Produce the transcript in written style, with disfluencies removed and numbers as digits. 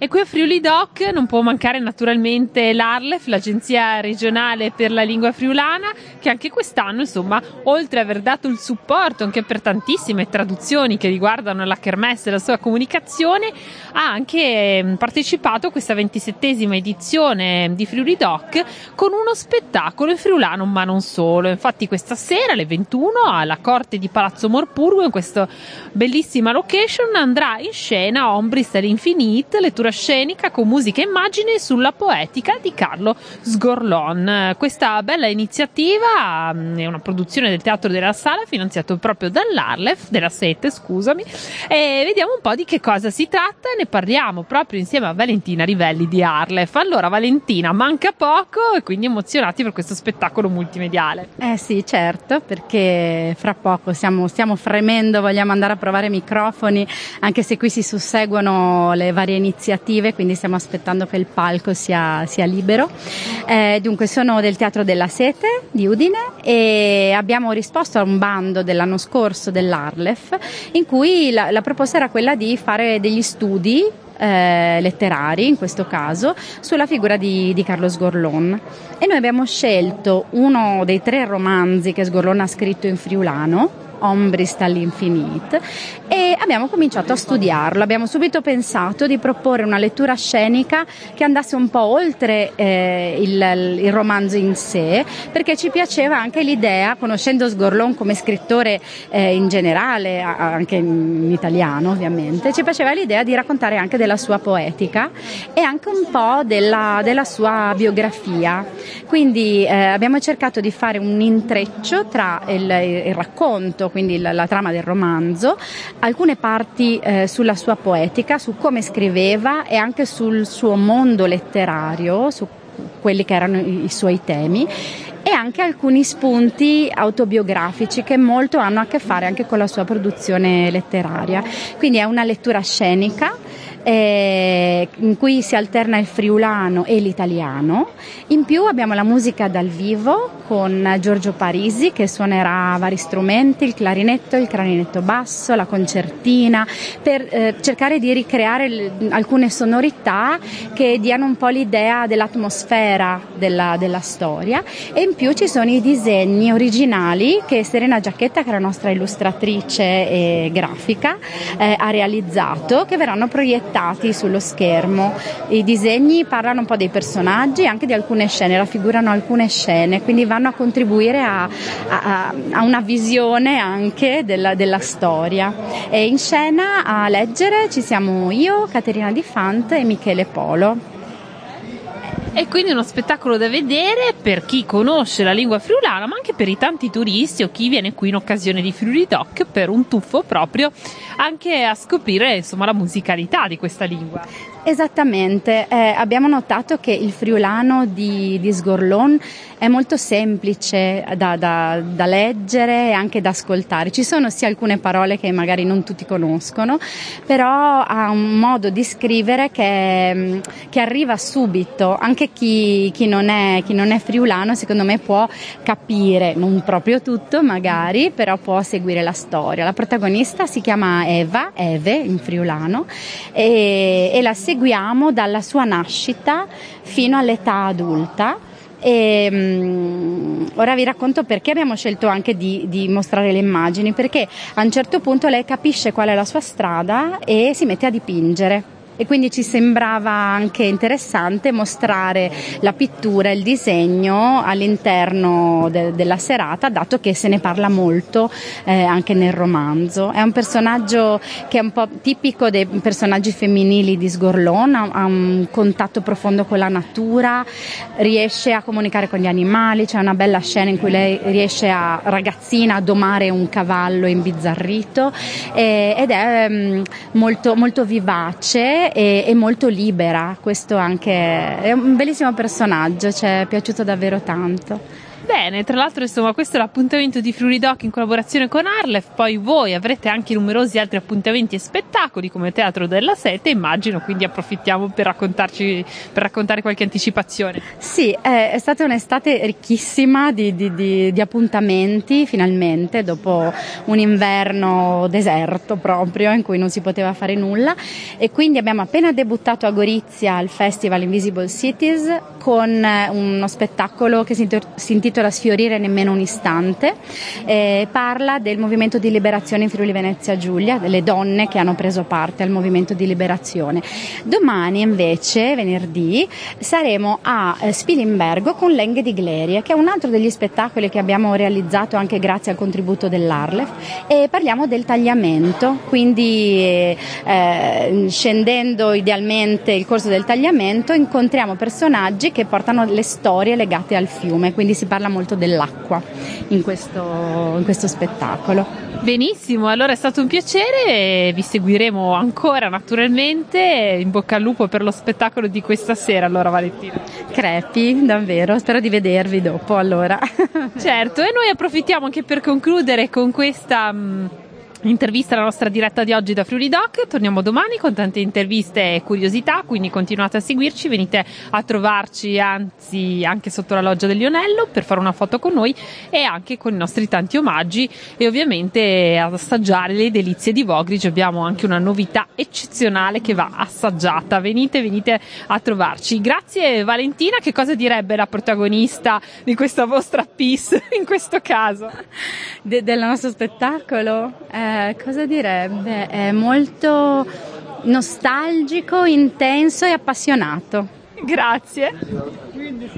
E qui a Friuli Doc non può mancare naturalmente l'ARLEF, l'Agenzia Regionale per la Lingua Friulana, che anche quest'anno, insomma, oltre ad aver dato il supporto anche per tantissime traduzioni che riguardano la Kermesse e la sua comunicazione, ha anche partecipato a questa 27esima edizione di Friuli Doc con uno spettacolo in friulano, ma non solo. Infatti questa sera alle 21 alla Corte di Palazzo Morpurgo, in questa bellissima location, andrà in scena Ombris all'Infinite, lettura scenica con musica e immagini sulla poetica di Carlo Sgorlon. Questa bella iniziativa è una produzione del Teatro della Sala, finanziato proprio dall'ARLEF, della Sete, scusami, e vediamo un po' di che cosa si tratta. Ne parliamo proprio insieme a Valentina Rivelli di ARLEF. Allora Valentina, manca poco e quindi emozionati per questo spettacolo multimediale. Sì, certo, perché fra poco stiamo fremendo, vogliamo andare a provare microfoni, anche se qui si susseguono le varie iniziative, quindi stiamo aspettando che il palco sia libero. Dunque sono del Teatro della Sete di Udine e abbiamo risposto a un bando dell'anno scorso dell'ARLEF in cui la proposta era quella di fare degli studi letterari, in questo caso, sulla figura di Carlo Sgorlon, e noi abbiamo scelto uno dei 3 romanzi che Sgorlon ha scritto in friulano, Ombris all'Infinite, e abbiamo cominciato a studiarlo. Abbiamo subito pensato di proporre una lettura scenica che andasse un po' oltre il romanzo in sé, perché ci piaceva anche l'idea, conoscendo Sgorlon come scrittore in generale, anche in italiano ovviamente, ci piaceva l'idea di raccontare anche della sua poetica e anche un po' della sua biografia. Quindi abbiamo cercato di fare un intreccio tra il racconto, quindi la trama del romanzo, alcune parti sulla sua poetica, su come scriveva e anche sul suo mondo letterario, su quelli che erano i suoi temi, e anche alcuni spunti autobiografici che molto hanno a che fare anche con la sua produzione letteraria. Quindi è una lettura scenica in cui si alterna il friulano e l'italiano. In più abbiamo la musica dal vivo con Giorgio Parisi, che suonerà vari strumenti, il clarinetto basso, la concertina, per cercare di ricreare alcune sonorità che diano un po' l'idea dell'atmosfera della storia. E in più ci sono i disegni originali che Serena Giacchetta, che è la nostra illustratrice e grafica, ha realizzato, che verranno proiettati sullo schermo. I disegni parlano un po' dei personaggi, anche di alcune scene, raffigurano alcune scene, quindi vanno a contribuire a una visione anche della storia. E in scena a leggere ci siamo io, Caterina Di Fant e Michele Polo. E quindi uno spettacolo da vedere per chi conosce la lingua friulana, ma anche per i tanti turisti o chi viene qui in occasione di Friuli Doc per un tuffo proprio anche a scoprire, insomma, la musicalità di questa lingua. Esattamente, abbiamo notato che il friulano di Sgorlon è molto semplice da leggere e anche da ascoltare. Ci sono sì alcune parole che magari non tutti conoscono, però ha un modo di scrivere che arriva subito. Anche chi non è friulano, secondo me, può capire, non proprio tutto magari, però può seguire la storia. La protagonista si chiama Eve in friulano, e la seguiamo dalla sua nascita fino all'età adulta. E ora vi racconto perché abbiamo scelto anche di mostrare le immagini, perché a un certo punto lei capisce qual è la sua strada e si mette a dipingere. E quindi ci sembrava anche interessante mostrare la pittura, il disegno all'interno della serata, dato che se ne parla molto anche nel romanzo. È un personaggio che è un po' tipico dei personaggi femminili di Sgorlon, ha un contatto profondo con la natura, riesce a comunicare con gli animali. C'è una bella scena in cui lei riesce ragazzina, a domare un cavallo imbizzarrito, ed è molto, molto vivace e molto libera. Questo anche è un bellissimo personaggio, ci è piaciuto davvero tanto. Bene, tra l'altro insomma questo è l'appuntamento di Friuli Doc in collaborazione con Arlef, poi voi avrete anche numerosi altri appuntamenti e spettacoli come Teatro della Sete, immagino, quindi approfittiamo per raccontare qualche anticipazione. Sì, è stata un'estate ricchissima di appuntamenti finalmente, dopo un inverno deserto proprio in cui non si poteva fare nulla, e quindi abbiamo appena debuttato a Gorizia al Festival Invisible Cities con uno spettacolo che si intitola Sfiorire nemmeno un istante, parla del movimento di liberazione in Friuli Venezia Giulia, delle donne che hanno preso parte al movimento di liberazione. Domani invece, venerdì, saremo a Spilimbergo con Lenghe di Glerie, che è un altro degli spettacoli che abbiamo realizzato anche grazie al contributo dell'Arlef, e parliamo del tagliamento, quindi scendendo idealmente il corso del tagliamento incontriamo personaggi che portano le storie legate al fiume, quindi si parla molto dell'acqua in questo spettacolo. Benissimo, allora è stato un piacere e vi seguiremo ancora naturalmente. In bocca al lupo per lo spettacolo di questa sera, allora Valentina. Crepi, davvero, spero di vedervi dopo allora. Certo, e noi approfittiamo anche per concludere con questa intervista alla nostra diretta di oggi da Friuli Doc. Torniamo domani con tante interviste e curiosità, quindi continuate a seguirci, venite a trovarci anzi anche sotto la loggia del Lionello per fare una foto con noi e anche con i nostri tanti omaggi e ovviamente ad assaggiare le delizie di Vogric. Abbiamo anche una novità eccezionale che va assaggiata, venite a trovarci. Grazie Valentina, che cosa direbbe la protagonista di questa vostra piece in questo caso? Del nostro spettacolo? Cosa direbbe? È molto nostalgico, intenso e appassionato. Grazie.